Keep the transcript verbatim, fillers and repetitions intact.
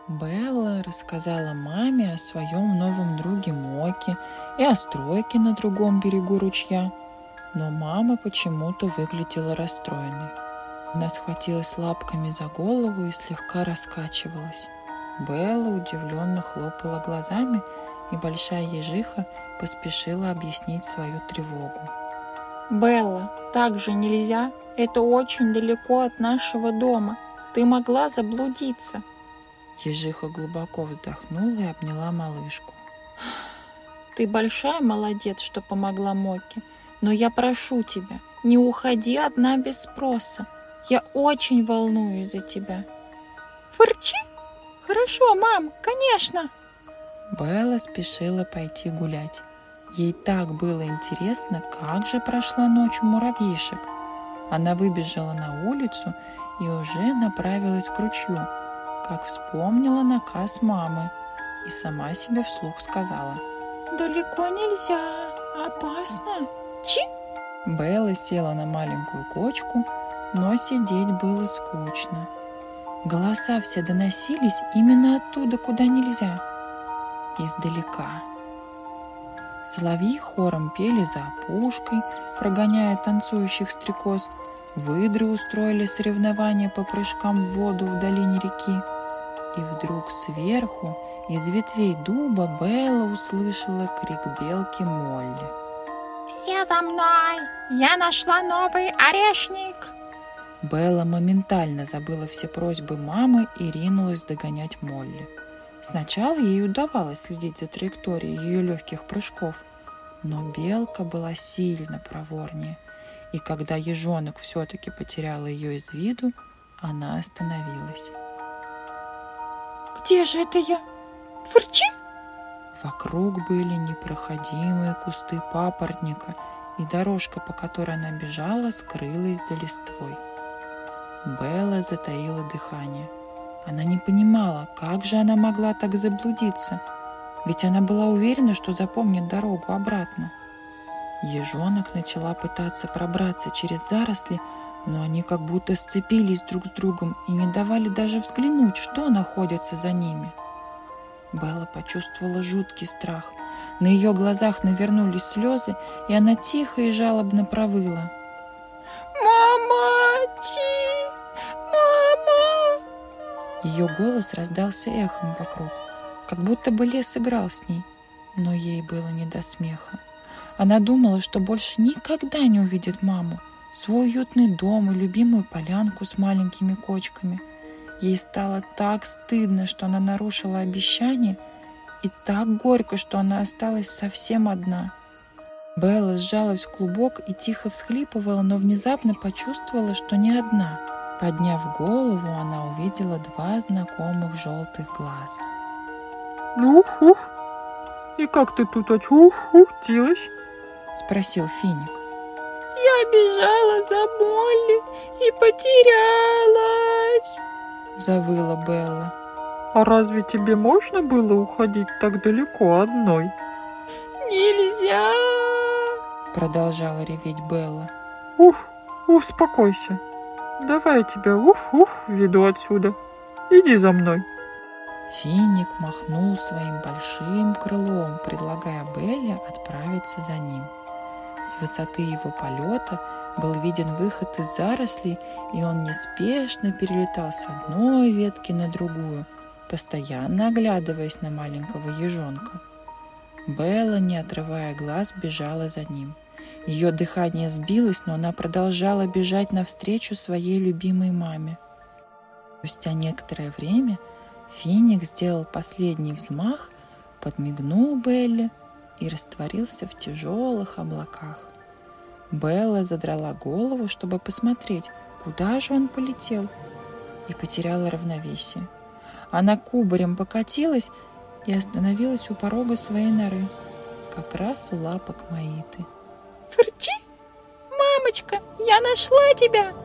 Белла рассказала маме о своем новом друге Моке и о стройке на другом берегу ручья, но мама почему-то выглядела расстроенной. Она схватилась лапками за голову и слегка раскачивалась. Белла удивленно хлопала глазами, и большая ежиха поспешила объяснить свою тревогу. «Белла, так же нельзя. Это очень далеко от нашего дома. Ты могла заблудиться». Ежиха глубоко вздохнула и обняла малышку. «Ты большая молодец, что помогла Моке, но я прошу тебя, не уходи одна без спроса. Я очень волнуюсь за тебя». «Фырчи! Хорошо, мам, конечно!» Белла спешила пойти гулять. Ей так было интересно, как же прошла ночь у муравьишек. Она выбежала на улицу и уже направилась к ручью, как вспомнила наказ мамы и сама себе вслух сказала: «Далеко нельзя, опасно. Чи!» Белла села на маленькую кочку, но сидеть было скучно. Голоса все доносились именно оттуда, куда нельзя, издалека. Соловьи хором пели за опушкой, прогоняя танцующих стрекоз. Выдры устроили соревнования по прыжкам в воду в долине реки. И вдруг сверху, из ветвей дуба, Белла услышала крик белки Молли. «Все за мной! Я нашла новый орешник!» Белла моментально забыла все просьбы мамы и ринулась догонять Молли. Сначала ей удавалось следить за траекторией ее легких прыжков, но белка была сильно проворнее, и когда ежонок все-таки потерял ее из виду, она остановилась. «Где же это я? Фырчи!» Вокруг были непроходимые кусты папоротника, и дорожка, по которой она бежала, скрылась за листвой. Белла затаила дыхание. Она не понимала, как же она могла так заблудиться, ведь она была уверена, что запомнит дорогу обратно. Ежонок начала пытаться пробраться через заросли, но они как будто сцепились друг с другом и не давали даже взглянуть, что находится за ними. Белла почувствовала жуткий страх. На ее глазах навернулись слезы, и она тихо и жалобно провыла: «Мамочки! Мама!» Ее голос раздался эхом вокруг, как будто бы лес играл с ней, но ей было не до смеха. Она думала, что больше никогда не увидит маму, свой уютный дом и любимую полянку с маленькими кочками. Ей стало так стыдно, что она нарушила обещание, и так горько, что она осталась совсем одна. Белла сжалась в клубок и тихо всхлипывала, но внезапно почувствовала, что не одна. Подняв голову, она увидела два знакомых желтых глаза. «Ну, ух, и как ты тут очутилась?» — спросил Финик. «Я бежала за Молли и потерялась!» — завыла Белла. «А разве тебе можно было уходить так далеко одной?» «Нельзя!» — продолжала реветь Белла. «Ух, успокойся. Давай я тебя ух-ух веду отсюда. Иди за мной». Финик махнул своим большим крылом, предлагая Белле отправиться за ним. С высоты его полета был виден выход из зарослей, и он неспешно перелетал с одной ветки на другую, постоянно оглядываясь на маленького ежонка. Белла, не отрывая глаз, бежала за ним. Ее дыхание сбилось, но она продолжала бежать навстречу своей любимой маме. Спустя некоторое время Финик сделал последний взмах, подмигнул Белле и растворился в тяжелых облаках. Белла задрала голову, чтобы посмотреть, куда же он полетел, и потеряла равновесие. Она кубарем покатилась и остановилась у порога своей норы, как раз у лапок Маиты. «Фырчи! Мамочка, я нашла тебя!»